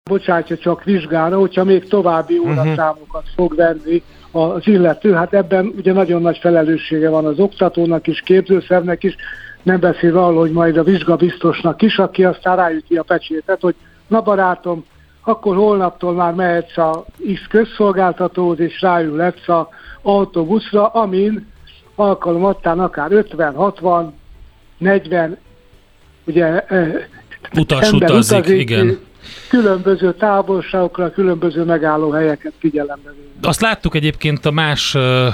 bocsátja csak vizsgára, hogyha még további óraszámokat fog venni az illető. Hát ebben ugye nagyon nagy felelőssége van az oktatónak is, képzőszervnek is, nem beszélve arról, hogy majd a vizsgabiztosnak is, aki aztán ráüti a pecsétet, hogy na barátom, akkor holnaptól már mehetsz a X közszolgáltatóhoz, és ráülhetsz az autóbuszra, amin alkalomattán akár 50, 60, 40 ugye, utas utazik, igen. Különböző távolságokra, különböző megállóhelyeket figyelembe venni. Azt láttuk egyébként a más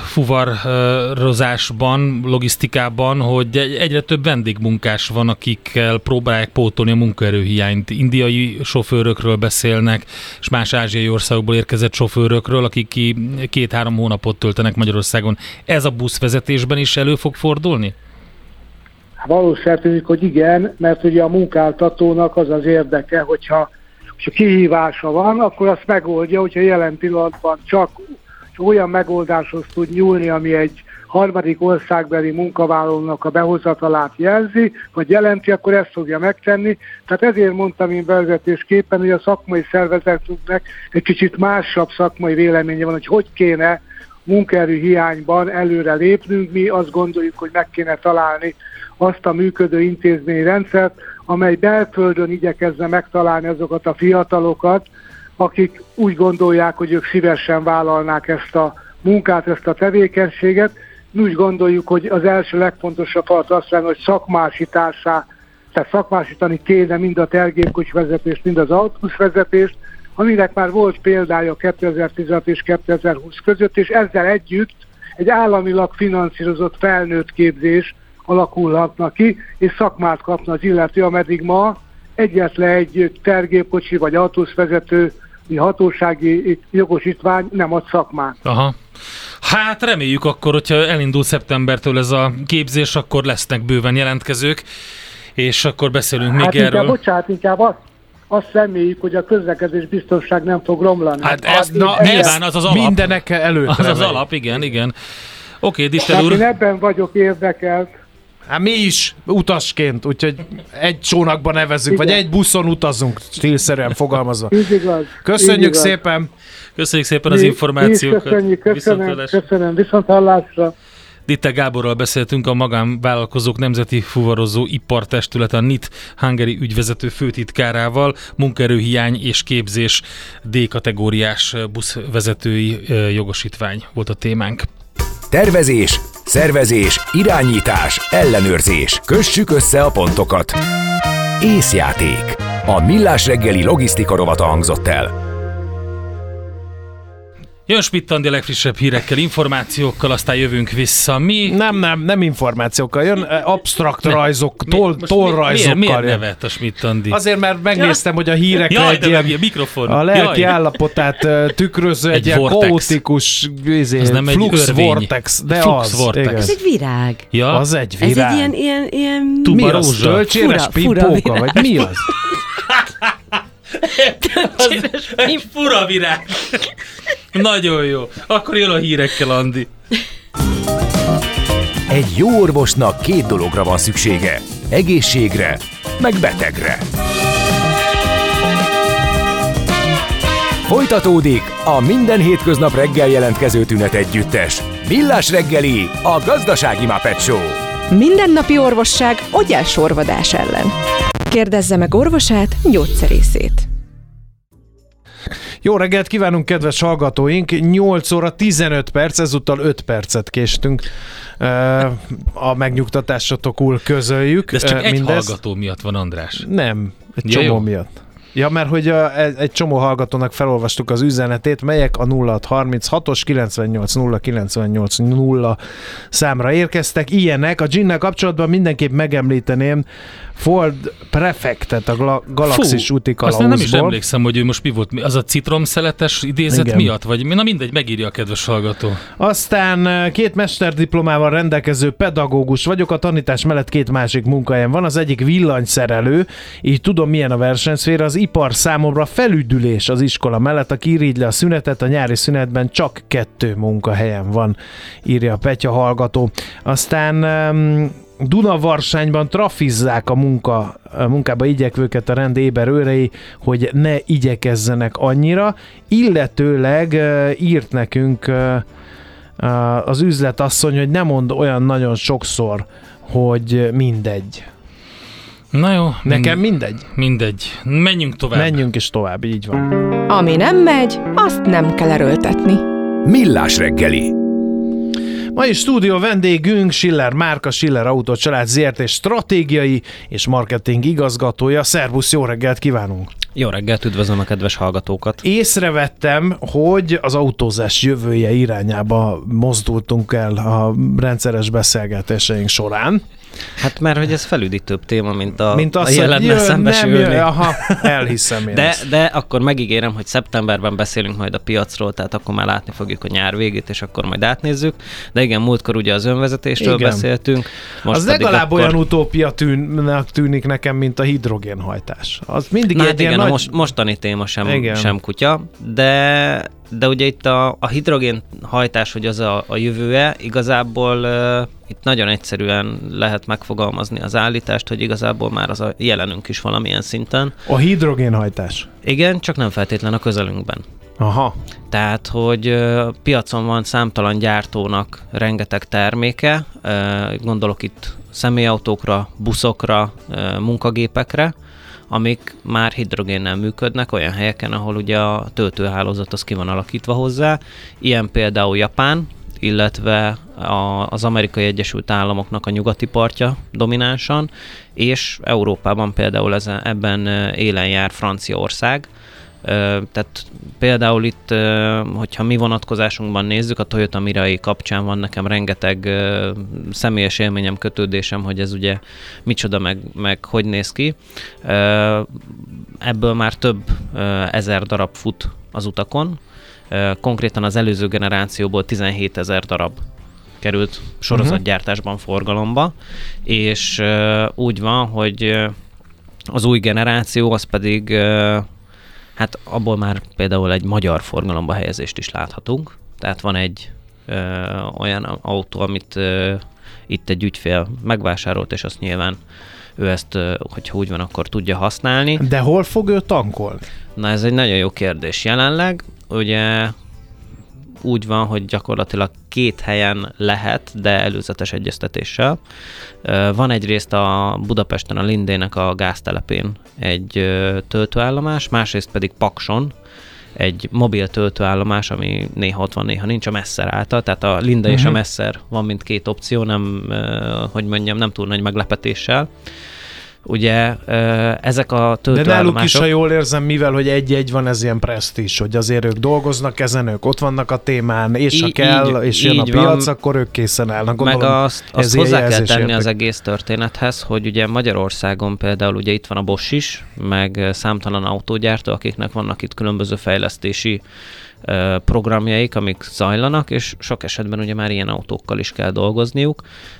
fuvarozásban, logisztikában, hogy egyre több vendégmunkás van, akikkel próbálják pótolni a munkaerőhiányt. Indiai sofőrökről beszélnek, és más ázsiai országokból érkezett sofőrökről, akik 2-3 hónapot töltenek Magyarországon. Ez a buszvezetésben is elő fog fordulni? Valószínűleg, hogy igen, mert ugye a munkáltatónak az az érdeke, hogyha kihívása van, akkor azt megoldja, hogyha jelen pillanatban csak olyan megoldáshoz tud nyúlni, ami egy harmadik országbeli munkavállalónak a behozatalát jelzi, vagy jelenti, akkor ezt fogja megtenni. Tehát ezért mondtam én bevezetésképpen, hogy a szakmai szervezetünknek egy kicsit másabb szakmai véleménye van, hogy kéne munkaerőhiányban előre lépnünk. Mi azt gondoljuk, hogy meg kéne találni azt a működő intézményrendszert, amely belföldön igyekezne megtalálni azokat a fiatalokat, akik úgy gondolják, hogy ők szívesen vállalnák ezt a munkát, ezt a tevékenységet. Mi úgy gondoljuk, hogy az első legfontosabb part azt lenne, hogy tehát szakmásítani kéne mind a tergépkocsivezetést, mind az autóbuszvezetést, aminek már volt példája 2016 és 2020 között, és ezzel együtt egy államilag finanszírozott felnőtt képzés alakulhatna ki, és szakmát kapna az illető, ameddig ma egyetlen egy tergépkocsi vagy autóbuszvezető hatósági jogosítvány nem ad szakmát. Aha. Hát reméljük akkor, hogyha elindul szeptembertől ez a képzés, akkor lesznek bőven jelentkezők, és akkor beszélünk még erről. Inkább azt reméljük, hogy a közlekedés biztonság nem fog romlani. Hát nyilván az alap. Mindenek előtt. Az az alap, igen. Oké, Dittel úr. Én ebben vagyok érdekelt. Hát mi is utasként, úgyhogy egy csónakban nevezzük, vagy egy buszon utazunk, stílszerűen fogalmazva. Köszönjük szépen! Köszönjük szépen az információkat. Köszönöm, viszonthallásra. Dittel Gáborral beszéltünk, a Magánvállalkozók Nemzeti Fuvarozó Ipartestülete, a NIT Hungary ügyvezető főtitkárával. Munkaerőhiány és képzés D-kategóriás buszvezetői jogosítvány volt a témánk. Tervezés, szervezés, irányítás, ellenőrzés. Kössük össze a pontokat. Észjáték. A Millás reggeli logisztika rovata hangzott el. Jön Schmidt Andi a legfrissebb hírekkel, információkkal, aztán jövünk vissza. Mi? Nem információkkal, jön absztrakt rajzok, tollrajzokkal. Miért nevet a Schmidt Andi? Azért, mert megnéztem, hogy a hírekre egy ilyen a lelki állapotát tükröző egy ilyen kaotikus flux vortex. De flux az, vortex. igen. Ez egy virág. Ja? Az egy virág. Ez egy ilyen Mi az? Tölcséres pimpóka? Vagy mi az? Egy fura virág. Nagyon jó. Akkor jön a hírekkel, Andi. Egy jó orvosnak 2 dologra van szüksége. Egészségre, meg betegre. Folytatódik a minden hétköznap reggel jelentkező tünet együttes. Millás reggeli, a gazdasági Muppet Show. Mindennapi orvosság ogyásorvadás ellen. Kérdezze meg orvosát, gyógyszerészét. Jó reggelt kívánunk, kedves hallgatóink! 8 óra 15 perc, ezúttal 5 percet késtünk. A megnyugtatásotokul közöljük. De ez csak egy hallgató miatt van, András. Nem, egy csomó miatt. Ja, mert hogy egy csomó hallgatónak felolvastuk az üzenetét, melyek a 0636-os 980980 számra érkeztek. Ilyenek. A Ginnel kapcsolatban mindenképp megemlíteném Ford Prefectet a Galaxis úti kalauzból. Azt nem is emlékszem, hogy ő most mi volt. Az a citromszeletes idézet miatt? Vagy na mindegy, megírja a kedves hallgató. Aztán 2 mesterdiplomával rendelkező pedagógus vagyok, a tanítás mellett 2 másik munkahelyem van. Az egyik villanyszerelő, így tudom milyen a versenyszféra. Az ipar számomra felüdülés az iskola mellett, aki irigy le a szünetet, a nyári szünetben csak 2 munkahelyem van, írja a Petya hallgató. Aztán Dunavarsányban trafizzák a munkába igyekvőket a rend éber őrei, hogy ne igyekezzenek annyira, illetőleg írt nekünk az üzletasszony, hogy nem mond olyan nagyon sokszor, hogy mindegy. Na jó. Nekem mindegy. Mindegy. Menjünk tovább. Menjünk is tovább, így van. Ami nem megy, azt nem kell erőltetni. Millás reggeli. Mai stúdió vendégünk Schiller Márka, Schiller Autó család ZRT stratégiai és marketing igazgatója. Szervusz, jó reggelt kívánunk! Jó reggelt, üdvözlöm a kedves hallgatókat! Észrevettem, hogy az autózás jövője irányába mozdultunk el a rendszeres beszélgetéseink során. Hát mert hogy ez felüdítőbb téma, mint a az, jelennel szembesülni. Elhiszem én de akkor megígérem, hogy szeptemberben beszélünk majd a piacról, tehát akkor már látni fogjuk a nyár végét, és akkor majd átnézzük. De igen, múltkor ugye az önvezetésről beszéltünk. Most az legalább olyan utópia tűnik nekem, mint a hidrogénhajtás. Az mindig egy ilyen nagy... mostani téma sem kutya, de ugye itt a hidrogénhajtás, hogy az a jövője, igazából itt nagyon egyszerűen lehet megfogalmazni az állítást, hogy igazából már az a jelenünk is valamilyen szinten. A hidrogénhajtás? Igen, csak nem feltétlen a közelünkben. Aha. Tehát, hogy piacon van számtalan gyártónak rengeteg terméke, gondolok itt személyautókra, buszokra, munkagépekre, amik már hidrogénnel működnek olyan helyeken, ahol ugye a töltőhálózat az ki van alakítva hozzá. Ilyen például Japán, illetve az Amerikai Egyesült Államoknak a nyugati partja dominánsan, és Európában például ebben élen jár Franciaország. Tehát például itt, hogyha mi vonatkozásunkban nézzük, a Toyota Mirai kapcsán van nekem rengeteg személyes élményem, kötődésem, hogy ez ugye micsoda, meg hogy néz ki. Ebből már több ezer darab fut az utakon. Konkrétan az előző generációból 17 000 darab került sorozatgyártásban forgalomba, és úgy van, hogy az új generáció az pedig hát abból már például egy magyar forgalomba helyezést is láthatunk. Tehát van egy olyan autó, amit itt egy ügyfél megvásárolt, és azt nyilván ő ezt, hogyha úgy van, akkor tudja használni. De hol fog ő tankolni? Na, ez egy nagyon jó kérdés. Jelenleg ugye úgy van, hogy gyakorlatilag 2 helyen lehet, de előzetes egyeztetéssel. Van egyrészt a Budapesten a Lindének a gáztelepén egy töltőállomás, másrészt pedig Pakson egy mobil töltőállomás, ami néha ott van, néha nincs, a Messer által. Tehát a Linde és a Messer van mint 2 opció, nem, hogy mondjam, nem túl nagy meglepetéssel. Ugye ezek a töltőállomások... De náluk is, ha jól érzem, mivel hogy egy-egy van, ez ilyen presztízs, hogy azért ők dolgoznak ezen, ők ott vannak a témán, és ha kell, és jön a piac, akkor ők készen állnak. Gondolom, meg azt hozzá kell tenni az egész történethez, hogy ugye Magyarországon például ugye itt van a Bosch is, meg számtalan autógyártó, akiknek vannak itt különböző fejlesztési programjaik, amik zajlanak, és sok esetben ugye már ilyen autókkal is kell dolgozniuk,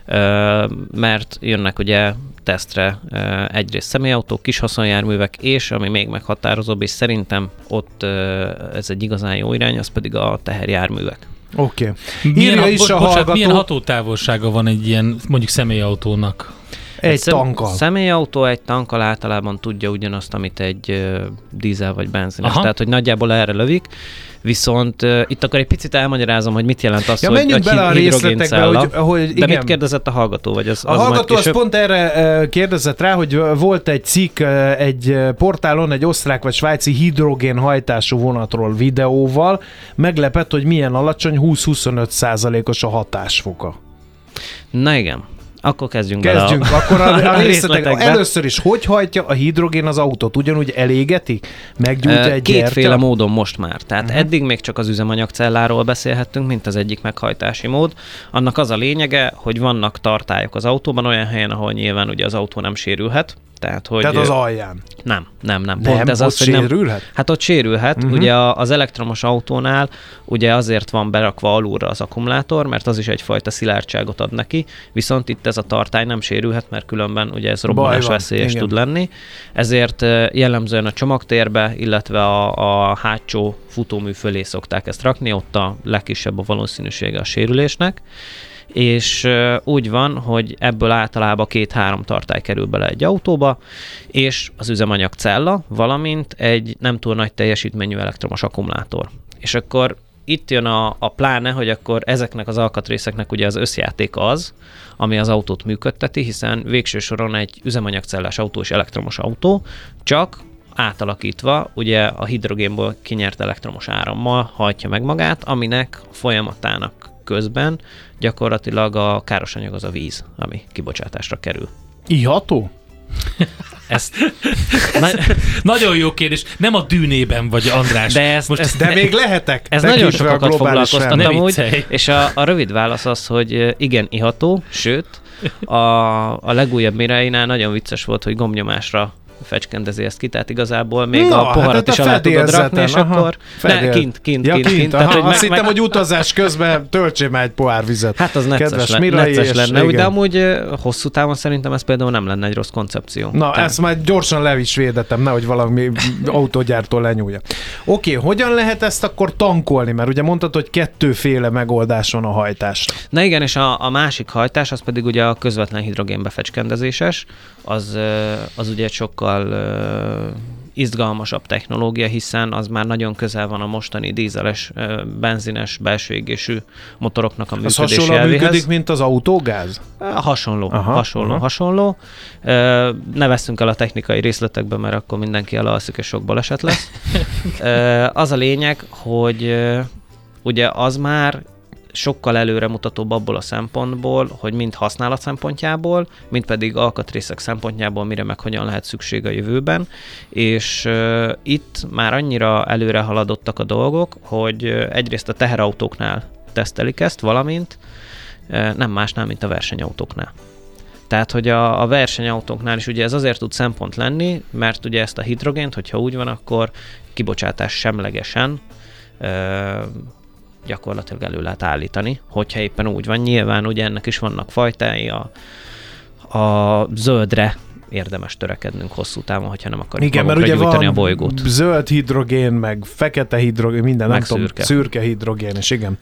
mert jönnek ugye tesztre egyrészt személyautók, kis haszonjárművek, és ami még meghatározóbb, és szerintem ott ez egy igazán jó irány, az pedig a teherjárművek. Oké. Milyen hatótávolsága van egy ilyen mondjuk személyautónak? Egy tankkal. Személyautó egy tankkal általában tudja ugyanazt, amit egy dízel vagy benzines. Tehát, hogy nagyjából erre lövik. Viszont itt akkor egy picit elmagyarázom, hogy mit jelent az, hogy a hidrogéncella. De mit kérdezett a hallgató? Vagy az hallgató az pont erre kérdezett rá, hogy volt egy cikk egy portálon, egy osztrák vagy svájci hidrogénhajtású vonatról videóval. Meglepett, hogy milyen alacsony, 20-25%-os a hatásfoka. Na igen. Akkor kezdjünk akkor a részletekbe. Először is, hogy hajtja a hidrogén az autót? Ugyanúgy elégetik? Meggyújtja egy gyertya? Kétféle módon most már. Tehát eddig még csak az üzemanyagcelláról beszélhettünk, mint az egyik meghajtási mód. Annak az a lényege, hogy vannak tartályok az autóban olyan helyen, ahol nyilván ugye az autó nem sérülhet. Tehát az alján? Nem. Pont ez ott az, hogy sérülhet? Hát ott sérülhet. Ugye az elektromos autónál ugye azért van berakva alulra az akkumulátor, mert az is egyfajta szilárdságot ad neki, viszont itt ez a tartály nem sérülhet, mert különben ugye ez robbanásveszélyes tud lenni. Ezért jellemzően a csomagtérbe, illetve a hátsó futómű fölé szokták ezt rakni, ott a legkisebb a valószínűsége a sérülésnek. és úgy van, hogy ebből általában 2-3 tartály kerül bele egy autóba, és az üzemanyagcella, valamint egy nem túl nagy teljesítményű elektromos akkumulátor. És akkor itt jön a pláne, hogy akkor ezeknek az alkatrészeknek ugye az összjáték az, ami az autót működteti, hiszen végső soron egy üzemanyagcellás autó és elektromos autó, csak átalakítva ugye a hidrogénból kinyert elektromos árammal hajtja meg magát, aminek folyamatának közben gyakorlatilag a károsanyag az a víz, ami kibocsátásra kerül. Iható? Nagyon jó kérdés. Nem a dűnében vagy, András. De még lehetek. Ez nagyon sokakat foglalkoztat amúgy, és a rövid válasz az, hogy igen, iható, sőt, a legújabb Mireinál nagyon vicces volt, hogy gombnyomásra fecskendezi ezt ki, tehát igazából még a poharat is alá tudod rakni, és akkor kint. Azt hittem, hogy utazás közben töltsé már egy pohár vizet. Hát az necces lenne, de amúgy hosszú távon szerintem ez például nem lenne egy rossz koncepció. Na, ezt már gyorsan le is védetem, nehogy valami autógyártó lenyúlja. Oké, hogyan lehet ezt akkor tankolni? Mert ugye mondtad, hogy 2 megoldás van a hajtásra. Na igen, és a másik hajtás, az pedig ugye a közvetlen hidrogénbefecskendezéses, az ugye sokkal izgalmasabb technológia, hiszen az már nagyon közel van a mostani dízeles, benzines, belső égésű motoroknak a működési elvéhez. Ez hasonlóan működik, mint az autógáz? Hasonló. Ne vesszünk el a technikai részletekbe, mert akkor mindenki elalszik, és sok baleset lesz. Az a lényeg, hogy ugye az már sokkal előremutatóbb abból a szempontból, hogy mind használat szempontjából, mind pedig alkatrészek szempontjából mire meg hogyan lehet szükség a jövőben, és itt már annyira előre haladottak a dolgok, hogy egyrészt a teherautóknál tesztelik ezt, valamint nem másnál, mint a versenyautóknál. Tehát, hogy a versenyautóknál is ugye ez azért tud szempont lenni, mert ugye ezt a hidrogént, hogyha úgy van, akkor kibocsátás semlegesen gyakorlatilag elő lehet állítani, hogyha éppen úgy van. Nyilván ugye ennek is vannak fajtái, a zöldre érdemes törekednünk hosszú távon, hogyha nem akarjuk magunkra gyújtani a bolygót. Zöld hidrogén, meg fekete hidrogén, minden, meg nem tudom, szürke hidrogén, és igen.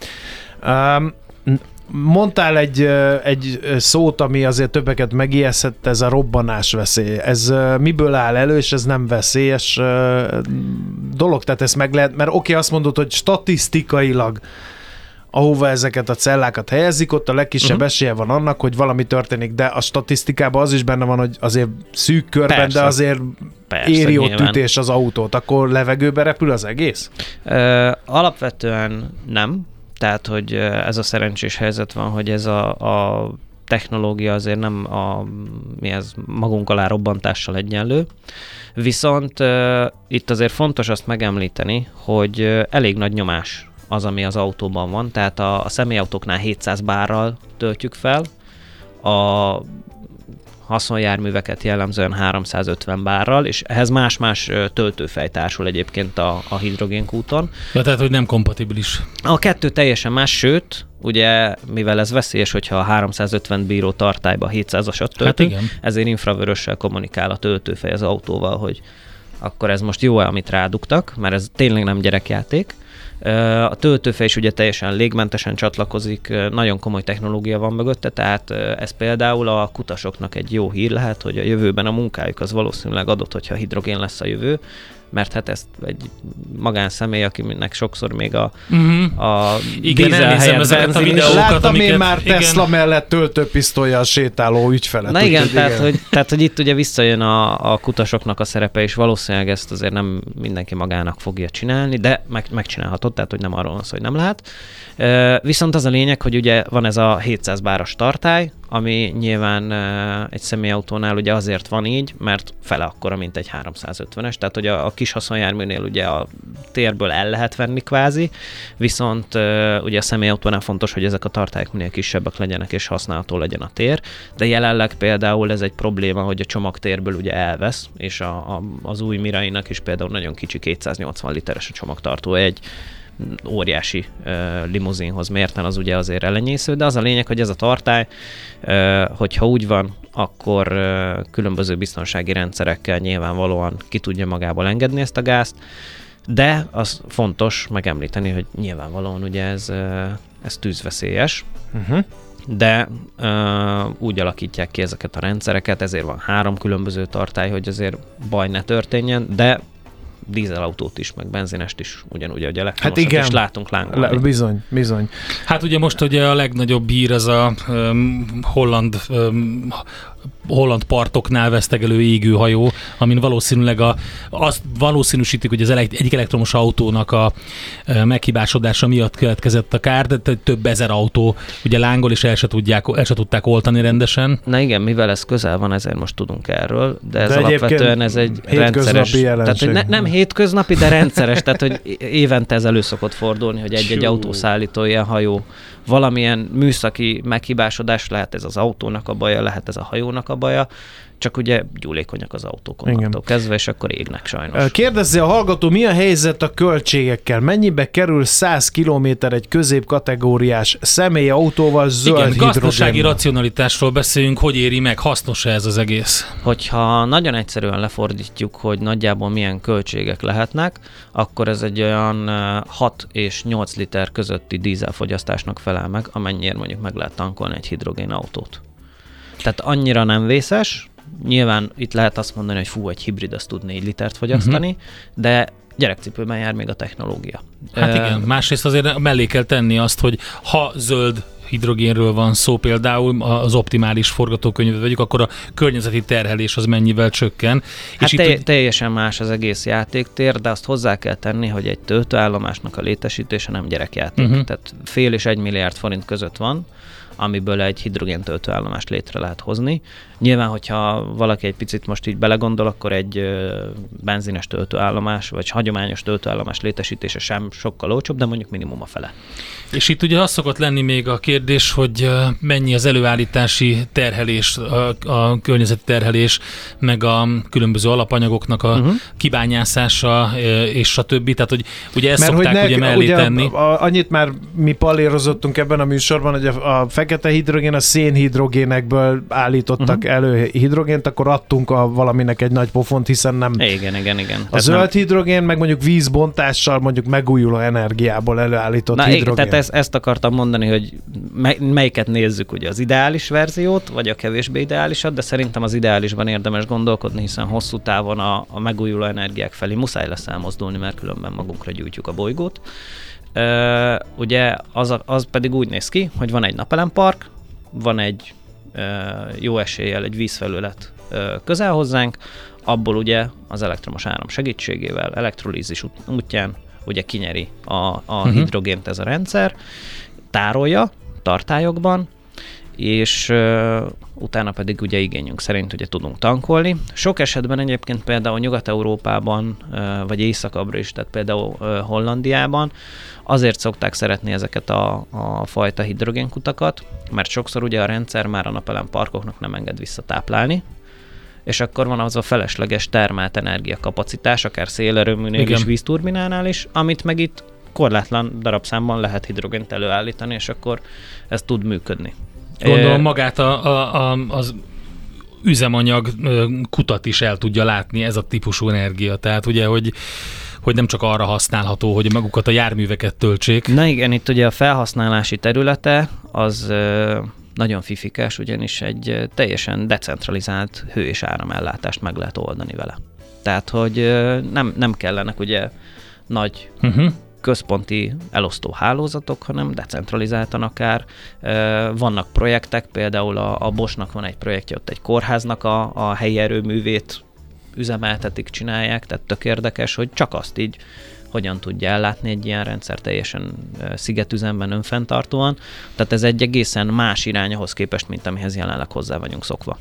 Mondtál egy szót, ami azért többeket megijesztett, ez a robbanás veszély. Ez miből áll elő, és ez nem veszélyes dolog? Tehát ezt meg lehet, mert azt mondod, hogy statisztikailag ahova ezeket a cellákat helyezik, ott a legkisebb esélye van annak, hogy valami történik, de a statisztikában az is benne van, hogy azért szűk körben, persze, de azért éri ott ütés az autót. Akkor levegőbe repül az egész? Alapvetően nem. Tehát, hogy ez a szerencsés helyzet van, hogy ez a technológia azért nem magunk alá robbantással egyenlő. Viszont itt azért fontos azt megemlíteni, hogy elég nagy nyomás az, ami az autóban van. Tehát a személyautóknál 700 bárral töltjük fel, a haszonjárműveket jellemzően 350 bárral, és ehhez más-más töltőfej társul egyébként a hidrogénkúton. Ja, tehát, hogy nem kompatibilis. A kettő teljesen más, sőt, ugye, mivel ez veszélyes, hogyha a 350 bíró tartályba 700-asat töltünk, ezért infravörössel kommunikál a töltőfej az autóval, hogy akkor ez most jó-e, amit rádugtak, mert ez tényleg nem gyerekjáték. A töltőfej is ugye teljesen légmentesen csatlakozik, nagyon komoly technológia van mögötte, tehát ez például a kutasoknak egy jó hír lehet, hogy a jövőben a munkájuk az valószínűleg adott, hogyha hidrogén lesz a jövő, mert hát ezt egy magánszemély, akinek sokszor még a dízel helyett benzin is. Láttam én már Tesla mellett töltőpisztollyal sétáló ügyfelet. Na igen, tehát, hogy itt ugye visszajön a kutasoknak a szerepe, és valószínűleg ezt azért nem mindenki magának fogja csinálni, de megcsinálhatod, tehát hogy nem arról van szó, hogy nem lehet. Viszont az a lényeg, hogy ugye van ez a 700 báros tartály, ami nyilván egy személyautónál ugye azért van így, mert fele akkora, mint egy 350-es, tehát hogy a kis haszonjárműnél ugye a térből el lehet venni kvázi, viszont ugye a személyautónál fontos, hogy ezek a tartályok minél kisebbek legyenek és használható legyen a tér, de jelenleg például ez egy probléma, hogy a csomagtérből ugye elvesz, és az új Mirainak is például nagyon kicsi 280 literes a csomagtartó, egy óriási limuzinhoz mérten az ugye azért elenyésző, de az a lényeg, hogy ez a tartály, hogyha úgy van, akkor különböző biztonsági rendszerekkel nyilvánvalóan ki tudja magából engedni ezt a gázt, de az fontos megemlíteni, hogy nyilvánvalóan ugye ez tűzveszélyes, de úgy alakítják ki ezeket a rendszereket, ezért van 3 különböző tartály, hogy azért baj ne történjen, de dízelautót is, meg benzinest is ugyanúgy, ahogy elektromosat is látunk lángolni. Bizony. Hát ugye most ugye a legnagyobb hír az a holland partoknál vesztegelő égőhajó, amin valószínűleg azt valószínűsítik, hogy az egyik elektromos autónak a meghibásodása miatt keletkezett a kár, de több ezer autó ugye lángol, és el se tudták oltani rendesen. Na igen, mivel ez közel van, ezért most tudunk erről, de ez alapvetően ez egy rendszeres. Tehát, nem hétköznapi, de rendszeres, tehát hogy évente ez elő szokott fordulni, hogy egy autószállító ilyen hajó valamilyen műszaki meghibásodás, lehet ez az autónak a baja, lehet ez a hajónak a baja, csak ugye gyúlékonyak az autók onnantól kezdve, és akkor égnek sajnos. Kérdezze a hallgató, mi a helyzet a költségekkel? Mennyibe kerül 100 kilométer egy középkategóriás személyautóval zöld hidrogénnel? Gazdasági racionalitásról beszéljünk, hogy éri meg, hasznos-e ez az egész? Hogyha nagyon egyszerűen lefordítjuk, hogy nagyjából milyen költségek lehetnek, akkor ez egy olyan 6 és 8 liter közötti dízelfogyasztásnak felel meg, amennyiért mondjuk meg lehet tankolni egy hidrogénautót. Tehát annyira nem vészes. Nyilván itt lehet azt mondani, hogy egy hibrid az tud 4 litert fogyasztani, de gyerekcipőben jár még a technológia. Hát igen, másrészt azért mellé kell tenni azt, hogy ha zöld hidrogénről van szó, például az optimális forgatókönyvet vegyük, akkor a környezeti terhelés az mennyivel csökken. Hát és teljesen más az egész játéktér, de azt hozzá kell tenni, hogy egy töltőállomásnak a létesítése nem gyerekjáték. Tehát fél és 1 milliárd forint között van, amiből egy hidrogéntöltőállomást létre lehet hozni. Nyilván, hogyha valaki egy picit most így belegondol, akkor egy benzines töltőállomás, vagy hagyományos töltőállomás létesítése sem sokkal olcsóbb, de mondjuk minimum a fele. És itt ugye az szokott lenni még a kérdés, hogy mennyi az előállítási terhelés, a környezeti terhelés, meg a különböző alapanyagoknak a kibányászása, és stb. Tehát, hogy ugye ezt szokták ugye mellé tenni. Annyit már mi pallérozottunk ebben a műsorban, hogy a fekete hidrogén a szénhidrogénekből állítottak elő hidrogént, akkor adtunk valaminek egy nagy pofont, hiszen nem... Igen. A zöld hidrogén, meg mondjuk vízbontással, mondjuk megújuló energiából előállított hidrogén. Tehát ezt akartam mondani, hogy melyiket nézzük, ugye az ideális verziót, vagy a kevésbé ideálisat, de szerintem az ideálisban érdemes gondolkodni, hiszen hosszú távon a megújuló energiák felé muszáj lesz elmozdulni, mert különben magunkra gyújtjuk a bolygót. Ugye az pedig úgy néz ki, hogy van egy napelempark, van egy jó eséllyel egy vízfelület közel hozzánk, abból ugye az elektromos áram segítségével, elektrolízis útján ugye kinyeri a hidrogént ez a rendszer, tárolja tartályokban, és utána pedig ugye igényünk szerint ugye tudunk tankolni. Sok esetben egyébként például Nyugat-Európában, vagy északabbra is, tehát például Hollandiában azért szokták szeretni ezeket a fajta hidrogénkutakat, mert sokszor ugye a rendszer már a napelemparkoknak nem enged visszatáplálni, és akkor van az a felesleges termált energiakapacitás, akár szélerőműnél is, vízturbinánál is, amit meg itt korlátlan darabszámban lehet hidrogént előállítani, és akkor ez tud működni. Gondolom magát az üzemanyag kutat is el tudja látni ez a típusú energia. Tehát ugye, hogy nem csak arra használható, hogy magukat a járműveket töltsék. Na igen, itt ugye a felhasználási területe az nagyon fifikás, ugyanis egy teljesen decentralizált hő- és áramellátást meg lehet oldani vele. Tehát, hogy nem kellenek ugye nagy központi elosztó hálózatok, hanem decentralizáltan akár. Vannak projektek, például a Boschnak van egy projektje, ott egy kórháznak a helyi erőművét üzemeltetik, csinálják, tehát tök érdekes, hogy csak azt így hogyan tudja ellátni egy ilyen rendszer teljesen szigetüzemben, önfenntartóan. Tehát ez egy egészen más irány ahhoz képest, mint amihez jelenleg hozzá vagyunk szokva.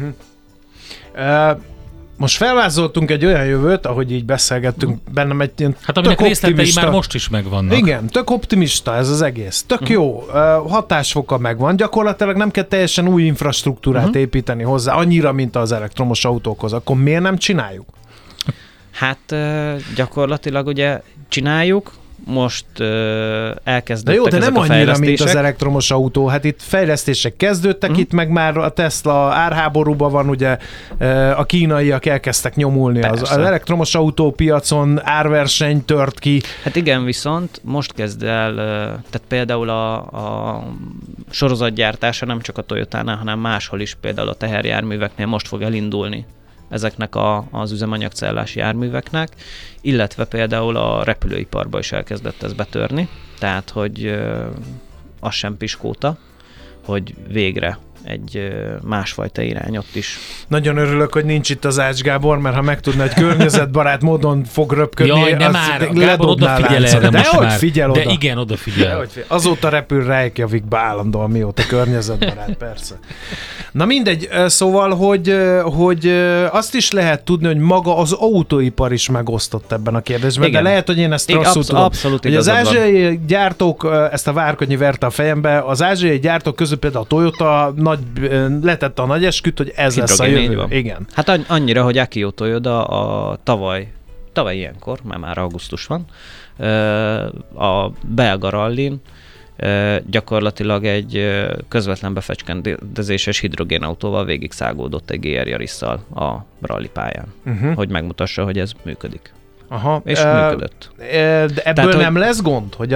Most felvázoltunk egy olyan jövőt, ahogy így beszélgettünk, bennem egy ilyen hát aminek részletei már most is megvannak. Igen, tök optimista ez az egész. Tök jó, hatásfoka megvan. Gyakorlatilag nem kell teljesen új infrastruktúrát építeni hozzá, annyira, mint az elektromos autókhoz. Akkor miért nem csináljuk? Hát gyakorlatilag ugye csináljuk, most elkezdődtek de jó, de ezek nem a annyira, fejlesztések. mint az elektromos autó. Hát itt fejlesztések kezdődtek, itt meg már a Tesla árháborúban van, ugye a kínaiak elkezdtek nyomulni. Az elektromos autópiacon árverseny tört ki. Hát igen, viszont most kezd el, tehát például a sorozatgyártása nem csak a Toyotánál, hanem máshol is, például a teherjárműveknél most fog elindulni ezeknek az üzemanyagcellás járműveknek, illetve például a repülőiparba is elkezdett ez betörni, tehát hogy az sem piskóta, hogy végre egy másfajta irány ott is. Nagyon örülök, hogy nincs itt az Ács Gábor, mert ha megtudna, hogy környezetbarát módon fog röpködni, jaj, nem már, Gábor odafigyel erre most már. Figyel oda. De igen, odafigyel. Azóta repül Reykjavikba állandóan, mióta környezetbarát, persze. Na mindegy, szóval, hogy azt is lehet tudni, hogy maga az autóipar is megosztott ebben a kérdésben, igen. De lehet, hogy én ezt rosszul tudom. Abszolút hogy az ázsiai gyártók, ezt a Várkonyi verte a fejembe, az ázsiai gyártók közül például a Toyota letette a nagy esküt, hogy ez lesz a jövő. Igen. Hát annyira, hogy Akio Toyoda a tavaly ilyenkor, már augusztus van, a belga rallin gyakorlatilag egy közvetlen befecskendezéses hidrogénautóval végig szágódott egy GR Yarisszal a rally pályán, hogy megmutassa, hogy ez működik. Aha. És működött. De ebből tehát, nem lesz gond, hogy a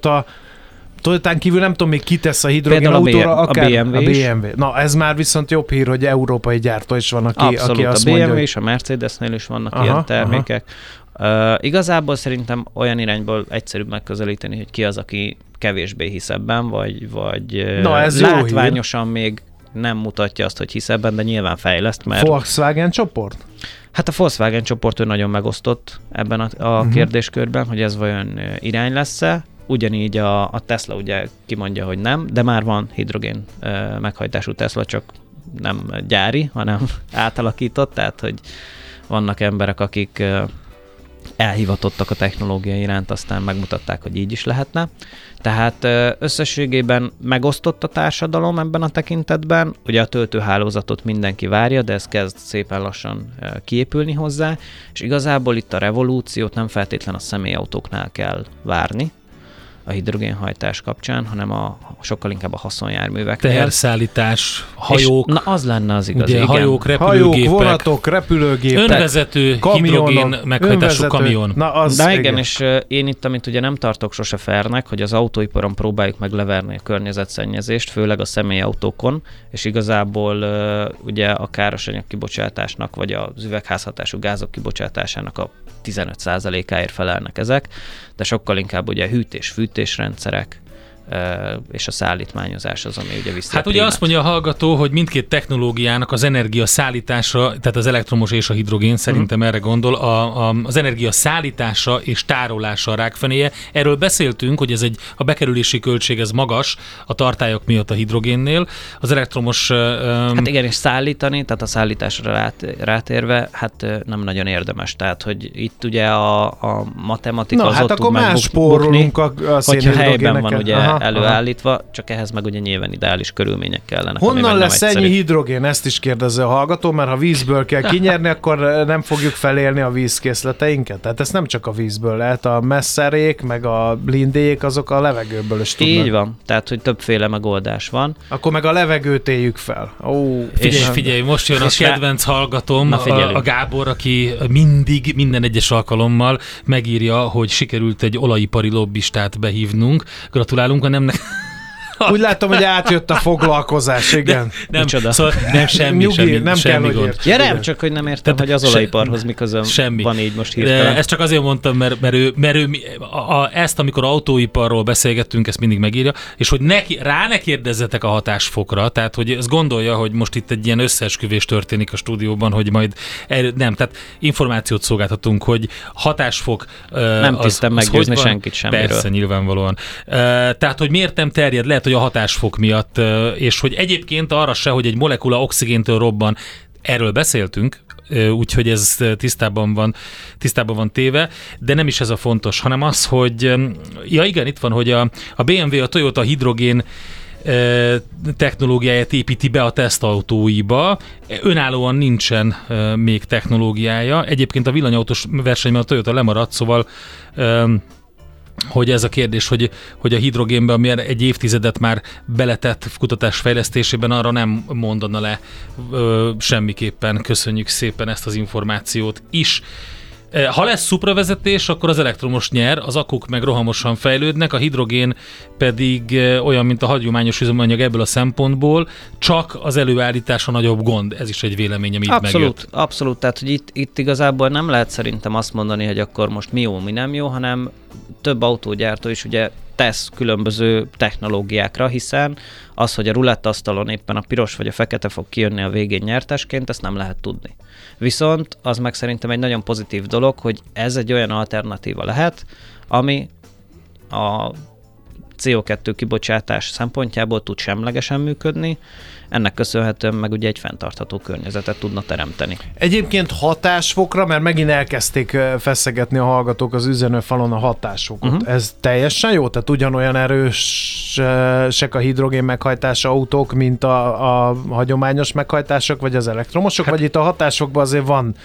Toyotán kívül nem tudom, még kitesz a hidrogénautóra, akár a BMW. Na, ez már viszont jobb hír, hogy európai gyártó is van, aki azt mondja, a BMW és a Mercedesnél is vannak ilyen termékek. Igazából szerintem olyan irányból egyszerűbb megközelíteni, hogy ki az, aki kevésbé hisz ebben, vagy látványosan még nem mutatja azt, hogy hisz ebben, de nyilván fejleszt, mert... Volkswagen csoport? Hát a Volkswagen csoport ő nagyon megosztott ebben a kérdéskörben, hogy ez vajon irány lesz-e. Ugyanígy a Tesla ugye kimondja, hogy nem, de már van hidrogén meghajtású Tesla, csak nem gyári, hanem átalakított, tehát hogy vannak emberek, akik elhivatottak a technológia iránt, aztán megmutatták, hogy így is lehetne. Tehát összességében megosztott a társadalom ebben a tekintetben. Ugye a töltőhálózatot mindenki várja, de ez kezd szépen lassan kiépülni hozzá, és igazából itt a revolúciót nem feltétlen a személyautóknál kell várni, a hidrogénhajtás kapcsán, hanem sokkal inkább a haszonjárműveknél. Teherszállítás, hajók. Na az lenne az igazi, ugye, igen. Hajók, repülőgépek. Hajók, vonatok, repülőgépek. Önvezető, hidrogén meghajtású kamion. Na, az de igen, és én itt, amit ugye nem tartok sose fairnek, hogy az autóiparon próbáljuk meg leverni a környezetszennyezést, főleg a személyautókon, és igazából ugye a károsanyag kibocsátásnak, vagy az üvegházhatású gázok kibocsátásának a 15%-áért felelnek ezek, de sokkal inkább ugye hűtés-fűtésrendszerek és a szállítmányozás az, ami ugye viszi. Hát ugye azt mondja a hallgató, hogy mindkét technológiának az energia szállítása, tehát az elektromos és a hidrogén, szerintem erre gondol, az energia szállítása és tárolása a rákfenéje. Erről beszéltünk, hogy a bekerülési költség ez magas a tartályok miatt a hidrogénnél. Az elektromos... Hát igen, és szállítani, tehát a szállításra rátérve, hát nem nagyon érdemes. Tehát, hogy itt ugye a matematika az ott tud megbukni, hogyha helyben van ugye előállítva, csak ehhez meg ugye nyilván ideális körülmények kellenek. Honnan lesz ennyi hidrogén? Ezt is kérdezze a hallgató, mert ha vízből kell kinyerni, akkor nem fogjuk felélni a vízkészleteinket. Tehát ez nem csak a vízből lehet, a messzerék, meg a blindék, azok a levegőből is tudnak. Így van, tehát hogy többféle megoldás van. Akkor meg a levegőt éljük fel. Figyelj, most jön a kedvenc hallgatóm, a Gábor, aki minden egyes alkalommal megírja, hogy sikerült egy olajipari lobbistát behívnunk. Gratulálunk, ha nem... Úgy látom, hogy átjött a foglalkozás, igen. Nem, szóval semmi gond. Ja nem, csak hogy nem értem, hogy az olajiparhoz mi közön van így most hirtelen. Ezt csak azért mondtam, mert ő ezt, amikor autóiparról beszélgettünk, ezt mindig megírja, és hogy rá ne kérdezzetek a hatásfokra, tehát hogy ezt gondolja, hogy most itt egy ilyen összeesküvés történik a stúdióban, hogy majd nem, tehát információt szolgáltatunk, hogy hatásfok... Nem tisztem meggyőzni senkit semmiről. Persze, nyilvánvalóan. Tehát, hogy miért nem terjed, lehet, hogy a hatásfok miatt, és hogy egyébként arra se, hogy egy molekula oxigéntől robban, erről beszéltünk, úgyhogy ez tisztában van téve, de nem is ez a fontos, hanem az, hogy ja igen, itt van, hogy a BMW, a Toyota hidrogén technológiáját építi be a tesztautóiba. Önállóan nincsen még technológiája. Egyébként a villanyautós versenyben a Toyota lemaradt, szóval hogy ez a kérdés, hogy a hidrogénbe, ami egy évtizedet már beletett kutatás fejlesztésében, arra nem mondana le semmiképpen. Köszönjük szépen ezt az információt is. Ha lesz szupravezetés, akkor az elektromos nyer, az akuk meg rohamosan fejlődnek, a hidrogén pedig olyan, mint a hagyományos üzemanyag ebből a szempontból, csak az előállítása nagyobb gond. Ez is egy vélemény, ami itt megjött. Abszolút, tehát hogy itt igazából nem lehet szerintem azt mondani, hogy akkor most mi jó, mi nem jó, hanem több autógyártó is ugye tesz különböző technológiákra, hiszen az, hogy a rulettasztalon éppen a piros vagy a fekete fog kijönni a végén nyertesként, ezt nem lehet tudni. Viszont az meg szerintem egy nagyon pozitív dolog, hogy ez egy olyan alternatíva lehet, ami a CO2 kibocsátás szempontjából tud semlegesen működni, ennek köszönhetően meg ugye egy fenntartható környezetet tudna teremteni. Egyébként hatásfokra, mert megint elkezdték feszegetni a hallgatók az üzenőfalon a hatásfokot. Ez teljesen jó? Tehát ugyanolyan erősek a hidrogén meghajtású autók, mint a hagyományos meghajtások, vagy az elektromosok, vagy itt a hatásfokban azért van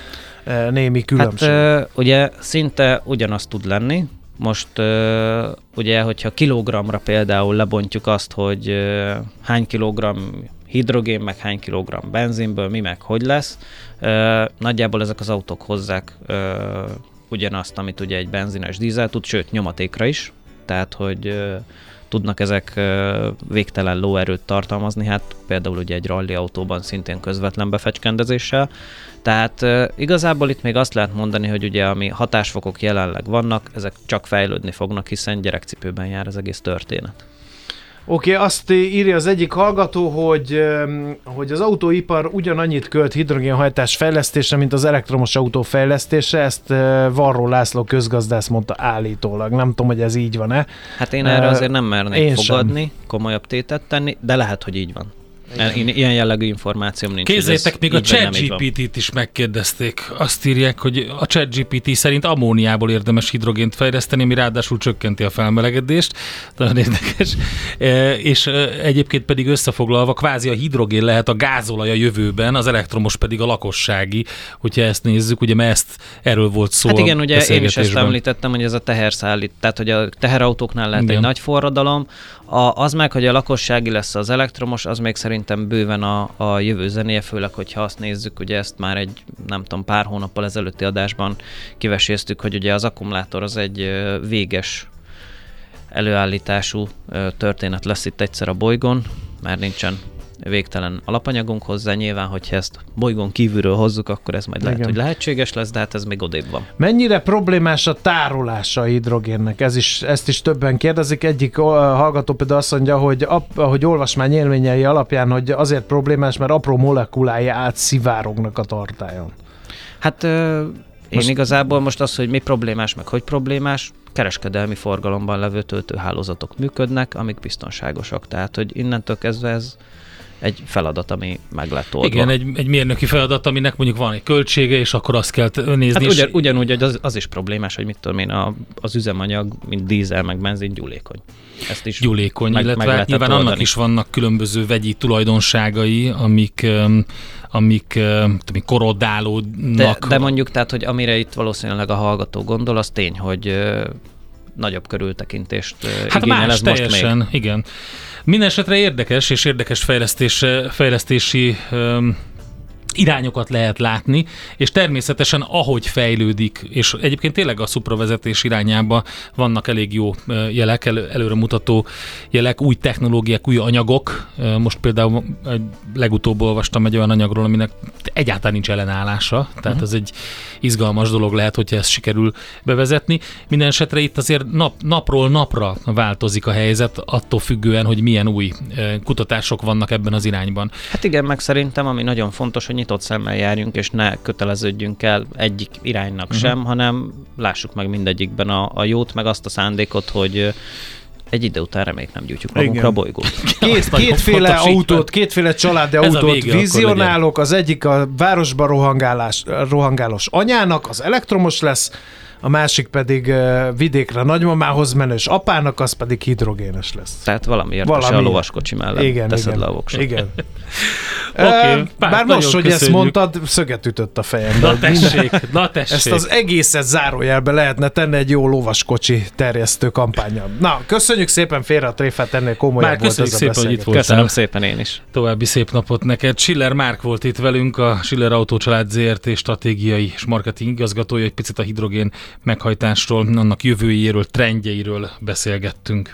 némi különbség? Hát ugye szinte ugyanaz tud lenni. Most ugye, hogyha kilogramra például lebontjuk azt, hogy hány kilogramm hidrogén, meg hány kilogramm benzinből mi meg hogy lesz, nagyjából ezek az autók hozzák ugyanazt, amit ugye egy benzines dízel tud, sőt nyomatékra is, tehát hogy tudnak ezek végtelen lóerőt tartalmazni, hát például ugye egy rally autóban szintén közvetlen befecskendezéssel. Tehát igazából itt még azt lehet mondani, hogy ugye ami hatásfokok jelenleg vannak, ezek csak fejlődni fognak, hiszen gyerekcipőben jár az egész történet. Oké, azt írja az egyik hallgató, hogy az autóipar ugyanannyit költ hidrogénhajtás fejlesztésre, mint az elektromos autó fejlesztésre, ezt Varró László közgazdász mondta állítólag. Nem tudom, hogy ez így van-e. Hát én erre azért nem mernék fogadni, komolyabb tétet tenni, de lehet, hogy így van. Ilyen jellegű információm nincs. Kézzétek, még a ChatGPT-t is megkérdezték. Azt írják, hogy a ChatGPT szerint ammóniából érdemes hidrogént fejleszteni, ami ráadásul csökkenti a felmelegedést. Nagyon érdekes. És egyébként pedig összefoglalva, kvázi a hidrogén lehet a gázolaj a jövőben, az elektromos pedig a lakossági, hogyha ezt nézzük, ugye mert erről volt szó. Hát igen, ugye én is ezt említettem, hogy ez a teherszállít, tehát hogy a teherautóknál lehet egy nagy forradalom, az meg, hogy a lakossági lesz az elektromos, az még szerintem bőven a jövő zenéje, főleg, hogyha azt nézzük, ugye ezt már egy, nem tudom, pár hónappal ezelőtti adásban kiveséztük, hogy ugye az akkumulátor az egy véges előállítású történet lesz itt egyszer a bolygón, már nincsen végtelen alapanyagunk hozzá, nyilván, hogyha ezt bolygón kívülről hozzuk, akkor ez majd lehet, hogy lehetséges lesz, de hát ez még odébb van. Mennyire problémás a tárolása a hidrogénnek? Ezt is többen kérdezik. Egyik hallgató például azt mondja, hogy ahogy olvasmány élményei alapján, hogy azért problémás, mert apró molekulái átszivárognak a tartályon. Hát én igazából most az, hogy mi problémás, meg hogy problémás, kereskedelmi forgalomban levő töltőhálózatok működnek, amik biztonságosak. Tehát, hogy innentől kezdve ez egy feladat, ami meg lett oldva. Igen, egy mérnöki feladat, aminek mondjuk van egy költsége, és akkor azt kell nézni. Hát ugyanúgy, hogy az is problémás, hogy mit tudom én, az üzemanyag, mint dízel, meg benzin gyúlékony. Ezt is gyúlékony, illetve nyilván oldani. Annak is vannak különböző vegyi tulajdonságai, amik korodálódnak. De mondjuk, tehát, hogy amire itt valószínűleg a hallgató gondol, az tény, hogy nagyobb körültekintést igényel ez teljesen, most még. Igen. Mindenesetre érdekes és érdekes fejlesztési irányokat lehet látni, és természetesen ahogy fejlődik, és egyébként tényleg a szupravezetés irányába vannak elég jó jelek, előremutató jelek, új technológiák, új anyagok. Most például legutóbb olvastam egy olyan anyagról, aminek egyáltalán nincs ellenállása, tehát ez egy izgalmas dolog lehet, hogyha ezt sikerül bevezetni. Minden esetre itt azért napról napra változik a helyzet, attól függően, hogy milyen új kutatások vannak ebben az irányban. Hát igen, meg szerintem, ami nagyon fontos, hogy nyitott szemmel járjunk, és ne köteleződjünk el egyik iránynak sem, hanem lássuk meg mindegyikben a jót, meg azt a szándékot, hogy egy idő után reméljük nem gyújtjuk magunkra a bolygót. Kétféle családi autót vizionálok, az egyik a városba rohangálós anyának, az elektromos lesz, a másik pedig vidékre nagymamához menős apának, az pedig hidrogénes lesz. Tehát valamiért a lovaskocsi mellett teszed le a voksot. Igen. Okay, bár most, hogy ezt mondtad, szöget ütött a fejembe. Na tessék. Ezt az egészet zárójelbe lehetne tenni egy jó lovaskocsi terjesztő kampánnyal. Na, köszönjük szépen, félre a tréfát, ennél komolyabb volt ez a szépen, hogy itt voltál. Köszönöm szépen én is. További szép napot neked. Schiller Márk volt itt velünk, a Schiller Autócsalád ZRT stratégiai és marketing igazgatója. Egy picit a hidrogén meghajtásról, annak jövőjéről, trendjeiről beszélgettünk.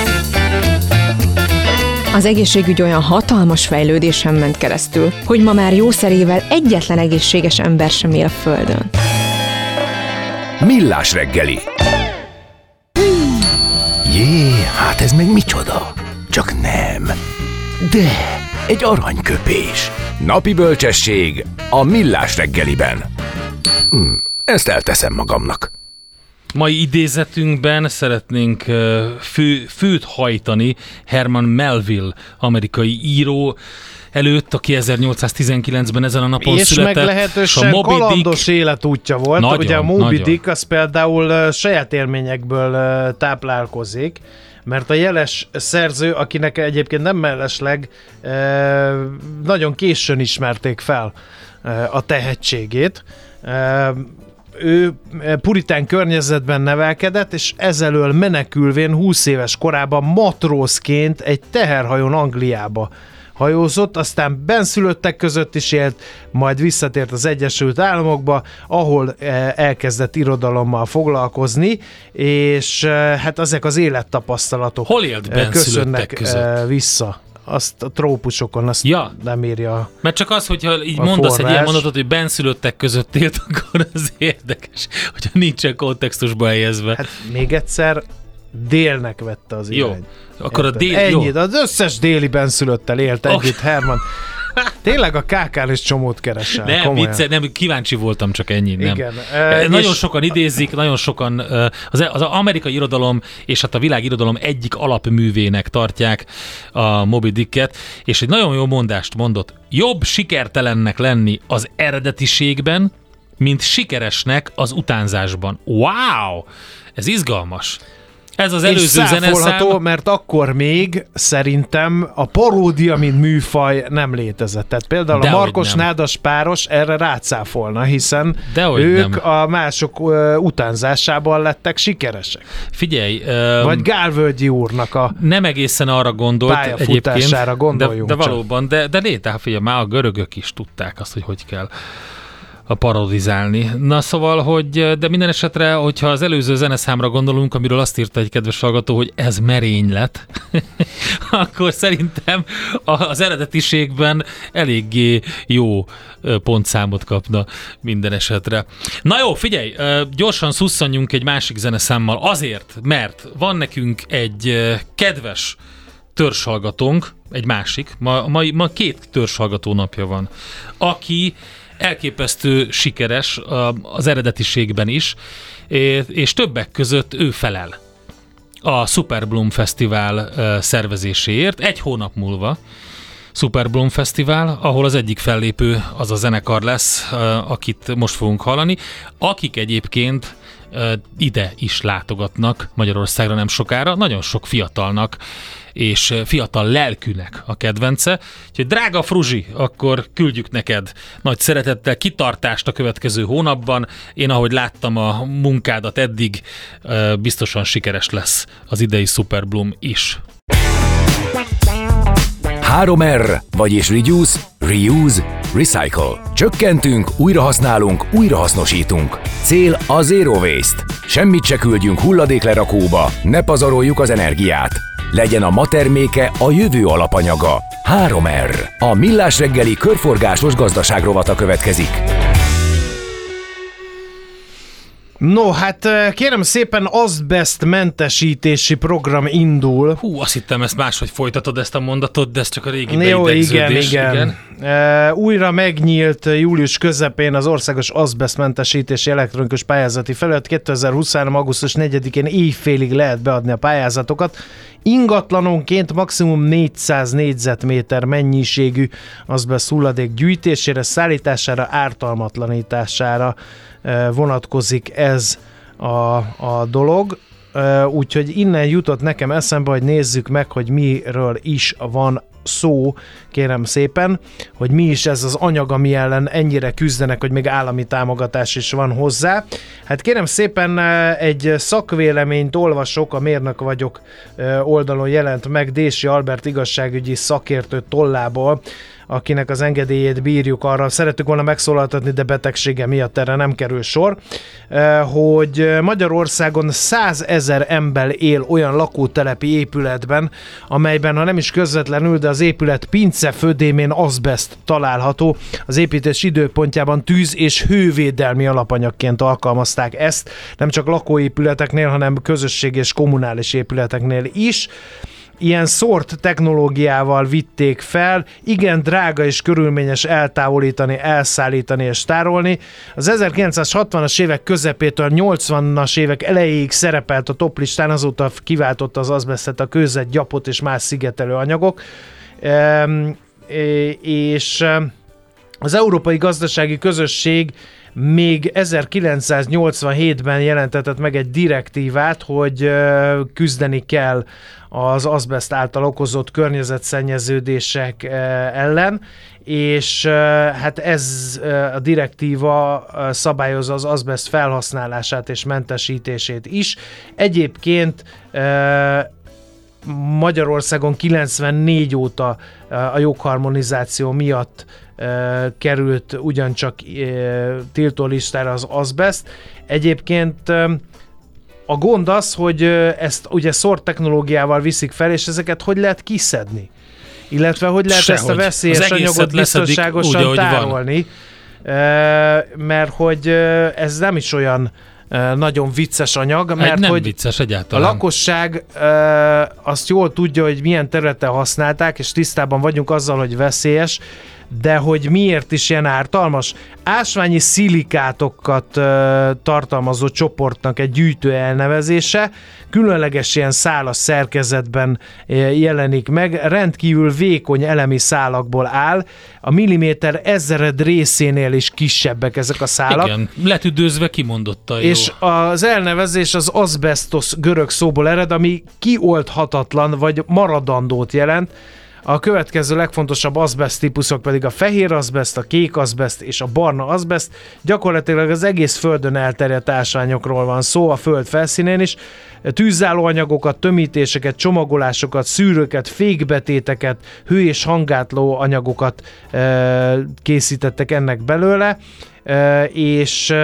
Az egészségügy olyan hatalmas fejlődésen ment keresztül, hogy ma már jószerével egyetlen egészséges ember sem él a Földön. Millás reggeli. Jé, hát ez meg micsoda? Csak nem. De egy aranyköpés. Napi bölcsesség a Millás reggeliben. Ezt elteszem magamnak. Mai idézetünkben szeretnénk főt hajtani Herman Melville, amerikai író előtt, aki 1819-ben ezen a napon és született. És meglehetősen kalandos életútja volt. Nagyon, ugye a Moby Dick az például saját élményekből táplálkozik, mert a jeles szerző, akinek egyébként nem mellesleg, nagyon későn ismerték fel a tehetségét. Ő puritán környezetben nevelkedett, és ezelől menekülvén 20 éves korában matrózként egy teherhajón Angliába hajózott, aztán benszülöttek között is élt, majd visszatért az Egyesült Államokba, ahol elkezdett irodalommal foglalkozni, és hát ezek az élettapasztalatok hol élt benszülöttek között? Vissza. Azt a trópusokon, azt nem írja. Mert csak az, hogyha így mondasz egy ilyen mondatot, hogy benszülöttek között élt, akkor az érdekes, hogyha nincsen kontextusba helyezve. Hát még egyszer, délnek vette az irány. Jó, akkor a dél... Ennyit, az összes déli benszülöttel élt együtt Herman. Tényleg a KK-n is csomót keresel. Nem, kíváncsi voltam, csak ennyi. Igen. Nagyon sokan idézik, nagyon sokan az amerikai irodalom és hát a világirodalom egyik alapművének tartják a Moby Dicket, és egy nagyon jó mondást mondott. Jobb sikertelennek lenni az eredetiségben, mint sikeresnek az utánzásban. Wow! Ez izgalmas. Ez az előző zeneszám. Mert akkor még szerintem a paródia, mint műfaj nem létezett. Tehát például a Markos Nádas páros erre rácáfolna, hiszen ők a mások utánzásában lettek sikeresek. Figyelj! Vagy Gálvölgyi úrnak a nem egészen arra gondolt pályafutására gondoljunk. De valóban, de léte, figyelj, már a görögök is tudták azt, hogy kell a parodizálni. Na szóval, de minden esetre, hogyha az előző zeneszámra gondolunk, amiről azt írta egy kedves hallgató, hogy ez merénylet, akkor szerintem az eredetiségben eléggé jó pontszámot kapna minden esetre. Na jó, figyelj, gyorsan szusszanjunk egy másik zeneszámmal azért, mert van nekünk egy kedves törzshallgatónk, egy másik, ma két törzshallgató napja van, aki elképesztő sikeres az eredetiségben is, és többek között ő felel a Superbloom Fesztivál szervezéséért. Egy hónap múlva Superbloom Fesztivál, ahol az egyik fellépő az a zenekar lesz, akit most fogunk hallani, akik egyébként ide is látogatnak Magyarországra nem sokára, nagyon sok fiatalnak és fiatal lelkűnek a kedvence. Úgyhogy drága Fruzsi, akkor küldjük neked nagy szeretettel kitartást a következő hónapban. Én ahogy láttam a munkádat eddig, biztosan sikeres lesz az idei Superbloom is. 3R, vagyis Reduce, Reuse, Recycle. Csökkentünk, újrahasználunk, újrahasznosítunk. Cél a Zero Waste. Semmit se küldjünk hulladéklerakóba, ne pazaroljuk az energiát. Legyen a ma terméke a jövő alapanyaga. 3R. A Millás reggeli körforgásos gazdaságrovata következik. No, hát kérem szépen, azbesztmentesítési program indul. Azt hittem, ezt máshogy folytatod ezt a mondatot, de ez csak a régi beidegződés. Igen. Újra megnyílt július közepén az Országos Azbesztmentesítési Elektronikus Pályázati Felület. 2023. augusztus 4-én éjfélig lehet beadni a pályázatokat. Ingatlanonként maximum 400 négyzetméter mennyiségű azbeszt hulladék gyűjtésére, szállítására, ártalmatlanítására vonatkozik ez a dolog. Úgyhogy innen jutott nekem eszembe, hogy nézzük meg, hogy miről is van szó, kérem szépen, hogy mi is ez az anyag, ami ellen ennyire küzdenek, hogy még állami támogatás is van hozzá. Hát kérem szépen, egy szakvéleményt olvasok, a Mérnök vagyok oldalon jelent meg Dési Albert igazságügyi szakértő tollából, akinek az engedélyét bírjuk arra, szerettük volna megszólaltatni, de betegsége miatt erre nem kerül sor, hogy Magyarországon 100 000 ember él olyan lakótelepi épületben, amelyben, ha nem is közvetlenül, de az épület pince födémén azbeszt található. Az építés időpontjában tűz- és hővédelmi alapanyagként alkalmazták ezt, nem csak lakóépületeknél, hanem közösség és kommunális épületeknél is. Ilyen szórt technológiával vitték fel, igen drága és körülményes eltávolítani, elszállítani és tárolni. Az 1960-as évek közepétől 80-as évek elejéig szerepelt a toplistán, azóta kiváltotta az azbesztet a kőzet, gyapot és más szigetelő anyagok. És az Európai Gazdasági Közösség még 1987-ben jelentetett meg egy direktívát, hogy küzdeni kell az azbeszt által okozott környezetszennyeződések ellen, és hát ez a direktíva szabályozza az azbeszt felhasználását és mentesítését is. Egyébként Magyarországon 94 óta a jogharmonizáció miatt került ugyancsak tiltólistára az azbeszt. Egyébként a gond az, hogy ezt ugye szórt technológiával viszik fel, és ezeket hogy lehet kiszedni? Illetve hogy lehet ezt a veszélyes anyagot biztonságosan tárolni? Mert hogy ez nem is olyan nagyon vicces anyag, mert nem hogy vicces egyáltalán. A lakosság azt jól tudja, hogy milyen területen használták, és tisztában vagyunk azzal, hogy veszélyes, de hogy miért is ilyen ártalmas? Ásványi szilikátokat tartalmazó csoportnak egy gyűjtő elnevezése, különleges ilyen szálas szerkezetben jelenik meg, rendkívül vékony elemi szálakból áll, a milliméter ezred részénél is kisebbek ezek a szálak. Igen, letüdőzve kimondottan jó. És az elnevezés az azbestos görög szóból ered, ami kioldhatatlan vagy maradandót jelent. A következő legfontosabb azbeszt típusok pedig a fehér azbeszt, a kék azbeszt és a barna azbeszt. Gyakorlatilag az egész földön elterjedt ásványokról van szó, a föld felszínén is. Tűzálló anyagokat, tömítéseket, csomagolásokat, szűrőket, fékbetéteket, hő- és hangátló anyagokat készítettek ennek belőle, és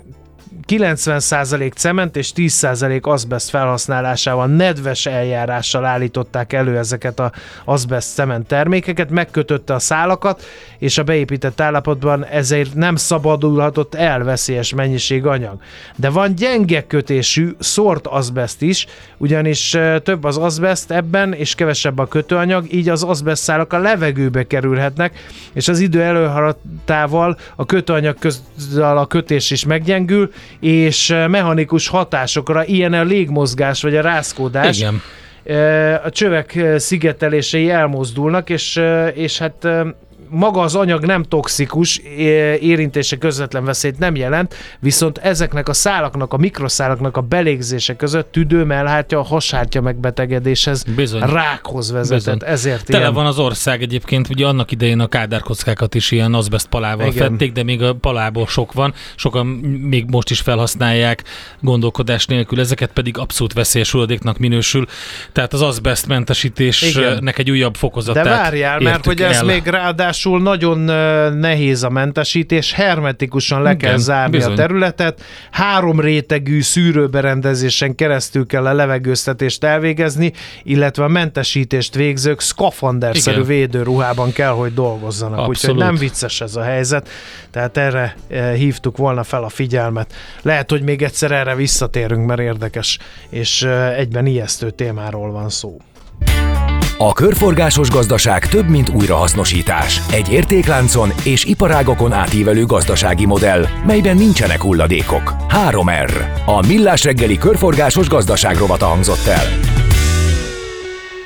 90% cement és 10% azbeszt felhasználásával, nedves eljárással állították elő ezeket az azbeszt cement termékeket, megkötötte a szálakat, és a beépített állapotban ezért nem szabadulhatott el veszélyes mennyiség anyag. De van gyenge kötésű, szórt azbeszt is, ugyanis több az azbeszt ebben, és kevesebb a kötőanyag, így az azbeszt szálak a levegőbe kerülhetnek, és az idő előhaladtával a kötőanyag közül a kötés is meggyengül, és mechanikus hatásokra, ilyen a légmozgás vagy a rázkódás, igen, a csövek szigetelései elmozdulnak, és hát maga az anyag nem toxikus, érintése közvetlen veszélyt nem jelent, viszont ezeknek a szálaknak, a mikroszálaknak a belégzése között tüdő, mellhártya, hashártya megbetegedéshez, bizony, rákhoz vezetett. Bizony. Ezért tele ilyen... van az ország egyébként, ugye annak idején a kádárkockákat is ilyen azbeszt palával fedték, de még a palából sok van, sokan még most is felhasználják gondolkodás nélkül, ezeket pedig abszolút veszélyes hulladéknak minősül, tehát az azbeszt mentesítésnek egy újabb fokozatát. De várjál, mert hogy ez még ráadásul nagyon nehéz a mentesítés, hermetikusan le kell zárni bizony a területet, 3 rétegű szűrőberendezésen keresztül kell a levegőztetést elvégezni, illetve a mentesítést végzők szkafanderszerű védőruhában kell, hogy dolgozzanak. Úgyhogy nem vicces ez a helyzet, tehát erre hívtuk volna fel a figyelmet. Lehet, hogy még egyszer erre visszatérünk, mert érdekes, és egyben ijesztő témáról van szó. A körforgásos gazdaság több, mint újrahasznosítás. Egy értékláncon és iparágokon átívelő gazdasági modell, melyben nincsenek hulladékok. 3R. A Millás reggeli körforgásos gazdaság rovata hangzott el.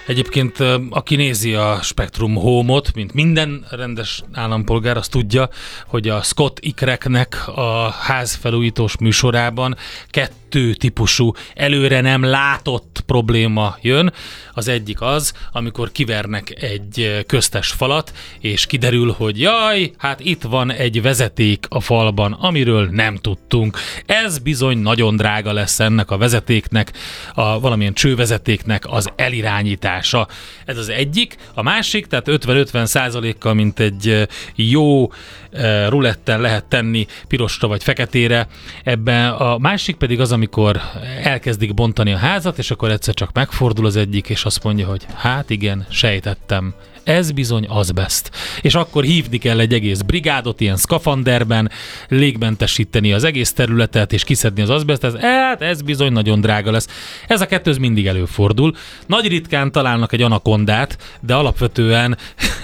Egyébként, aki nézi a Spektrum Home-ot, mint minden rendes állampolgár, az tudja, hogy a Scott Ikreknek a házfelújítós műsorában 2 típusú előre nem látott probléma jön. Az egyik az, amikor kivernek egy köztes falat, és kiderül, hogy jaj, hát itt van egy vezeték a falban, amiről nem tudtunk. Ez bizony nagyon drága lesz ennek a vezetéknek, valamilyen csővezetéknek az elirányítása. Ez az egyik. A másik, tehát 50-50%-kal, mint egy jó ruletten lehet tenni pirosra vagy feketére. Ebben a másik pedig az, amikor elkezdik bontani a házat, és akkor egyszer csak megfordul az egyik, és azt mondja, hogy hát igen, sejtettem. Ez bizony azbest. És akkor hívni kell egy egész brigádot, ilyen szkafanderben, légmentesíteni az egész területet, és kiszedni az azbestet. Hát ez bizony nagyon drága lesz. Ez a kettő mindig előfordul. Nagy ritkán találnak egy anakondát, de alapvetően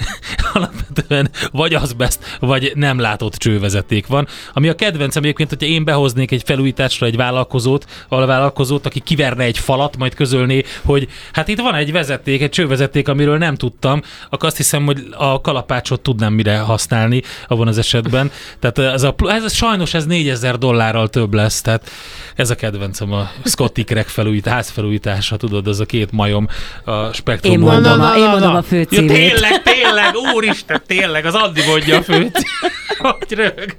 vagy azbest, vagy nem látott csővezeték van. Ami a kedvencem egyébként, hogyha én behoznék egy felújításra egy alvállalkozót, aki kiverne egy falat, majd közölné, hogy hát itt van egy vezeték, egy csővezeték, amiről nem tudtam, akkor azt hiszem, hogy a kalapácsot tudnám mire használni abban az esetben. Tehát ez sajnos ez $4000 több lesz, tehát ez a kedvencem, a Scott Ikrek házfelújítása, tudod, az a 2 majom a Spektrum. Én mondom a főcímét. Ja, tényleg, úristen, tényleg, az Andi mondja a főt. Hogy rög.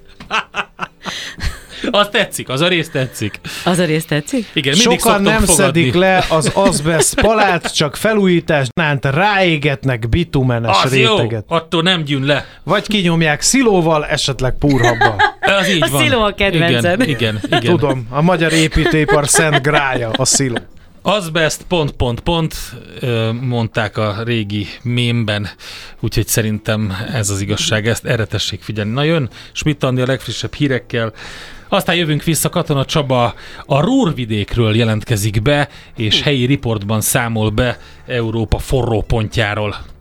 Az tetszik, az a rész tetszik. Az a rész tetszik? Igen, sokan nem szedik le az azbest palát, csak felújításnánt ráégetnek bitumenes az réteget. Jó, attól nem gyűn le. Vagy kinyomják szilóval, esetleg púrhabbal. Az így a van. sziló a kedvenced. Igen. Tudom, a magyar építőipar szent grája a sziló. Azbest ... mondták a régi mémben, úgyhogy szerintem ez az igazság, erre tessék figyelni. Na jön Schmidt Andi a legfrissebb hírekkel, aztán jövünk vissza, Katona Csaba a Ruhrvidékről jelentkezik be, és helyi riportban számol be Európa forró pontjáról.